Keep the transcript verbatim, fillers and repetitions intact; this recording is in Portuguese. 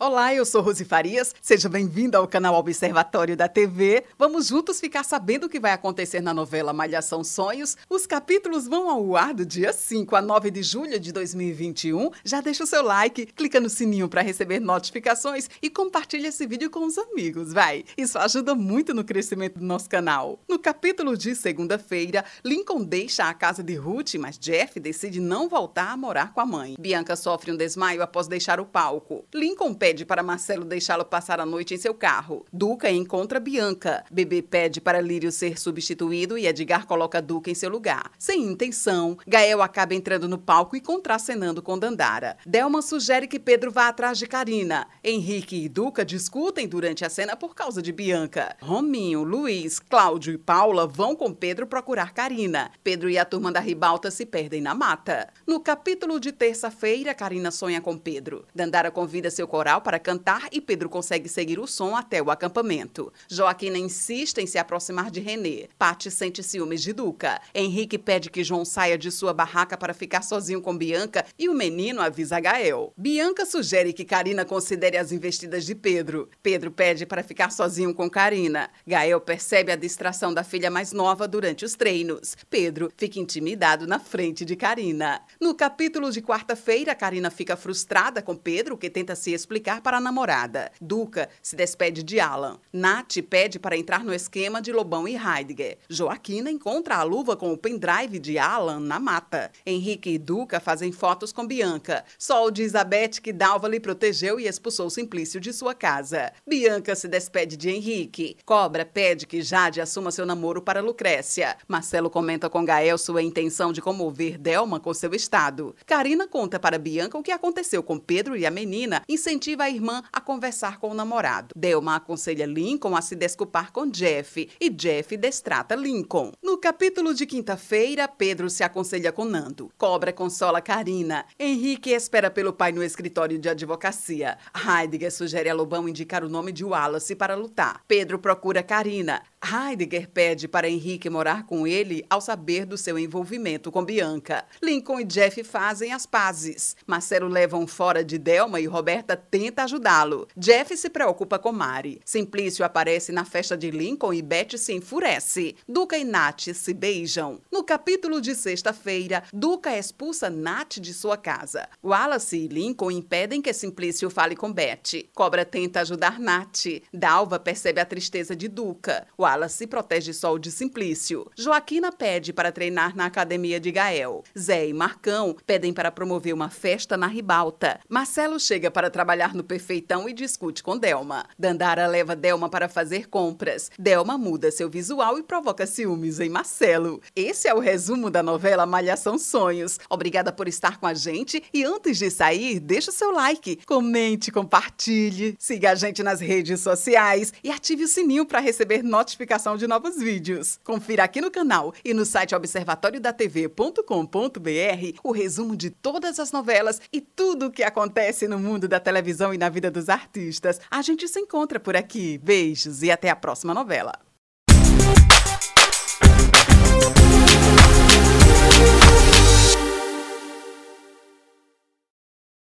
Olá, eu sou Rose Farias, seja bem-vindo ao canal Observatório da T V. Vamos juntos ficar sabendo o que vai acontecer na novela Malhação Sonhos. Os capítulos vão ao ar do dia cinco a nove de julho de dois mil e vinte e um. Já deixa o seu like, clica no sininho para receber notificações e compartilha esse vídeo com os amigos, vai! Isso ajuda muito no crescimento do nosso canal. No capítulo de segunda-feira, Lincoln deixa a casa de Ruth, mas Jeff decide não voltar a morar com a mãe. Bianca sofre um desmaio após deixar o palco. Lincoln pede para Marcelo deixá-lo passar a noite em seu carro. Duca encontra Bianca. Bebê pede para Lírio ser substituído e Edgar coloca Duca em seu lugar. Sem intenção, Gael acaba entrando no palco e contracenando com Dandara. Delma sugere que Pedro vá atrás de Carina. Henrique e Duca discutem durante a cena por causa de Bianca. Rominho, Luiz, Cláudio e Paula vão com Pedro procurar Carina. Pedro e a turma da ribalta se perdem na mata. No capítulo de terça-feira, Carina sonha com Pedro. Dandara convida seu coral para cantar e Pedro consegue seguir o som até o acampamento. Joaquina insiste em se aproximar de Renê. Paty sente ciúmes de Duca. Henrique pede que João saia de sua barraca para ficar sozinho com Bianca e o menino avisa Gael. Bianca sugere que Carina considere as investidas de Pedro. Pedro pede para ficar sozinho com Carina. Gael percebe a distração da filha mais nova durante os treinos. Pedro fica intimidado na frente de Carina. No capítulo de quarta-feira, Carina fica frustrada com Pedro, que tenta se explicar para a namorada. Duca se despede de Alan. Nath pede para entrar no esquema de Lobão e Heidegger. Joaquina encontra a luva com o pendrive de Alan na mata. Henrique e Duca fazem fotos com Bianca. Sol diz a Beth que Dalva lhe protegeu e expulsou Simplício de sua casa. Bianca se despede de Henrique. Cobra pede que Jade assuma seu namoro para Lucrécia. Marcelo comenta com Gael sua intenção de comover Delma com seu estado. Carina conta para Bianca o que aconteceu com Pedro e a menina incentiva a irmã a conversar com o namorado. Delma aconselha Lincoln a se desculpar com Jeff e Jeff destrata Lincoln. No capítulo de quinta-feira, Pedro se aconselha com Nando. Cobra consola Carina. Henrique espera pelo pai no escritório de advocacia. Heidegger sugere a Lobão indicar o nome de Wallace para lutar. Pedro procura Carina. Heidegger pede para Henrique morar com ele ao saber do seu envolvimento com Bianca. Lincoln e Jeff fazem as pazes. Marcelo leva um fora de Delma e Roberta tenta ajudá-lo. Jeff se preocupa com Mari. Simplício aparece na festa de Lincoln e Beth se enfurece. Duca e Nath se beijam. No capítulo de sexta-feira, Duca expulsa Nath de sua casa. Wallace e Lincoln impedem que Simplício fale com Beth. Cobra tenta ajudar Nath. Dalva percebe a tristeza de Duca. Wallace protege Sol de Simplício. Joaquina pede para treinar na academia de Gael. Zé e Marcão pedem para promover uma festa na ribalta. Marcelo chega para trabalhar no Perfeitão e discute com Delma. Dandara leva Delma para fazer compras. Delma muda seu visual e provoca ciúmes em Marcelo. Esse é o resumo da novela Malhação Sonhos. Obrigada por estar com a gente e antes de sair, deixa o seu like, comente, compartilhe, siga a gente nas redes sociais e ative o sininho para receber notificação de novos vídeos. Confira aqui no canal e no site observatório da t v ponto com ponto b r o resumo de todas as novelas e tudo o que acontece no mundo da televisão e na vida dos artistas. A gente se encontra por aqui. Beijos e até a próxima novela.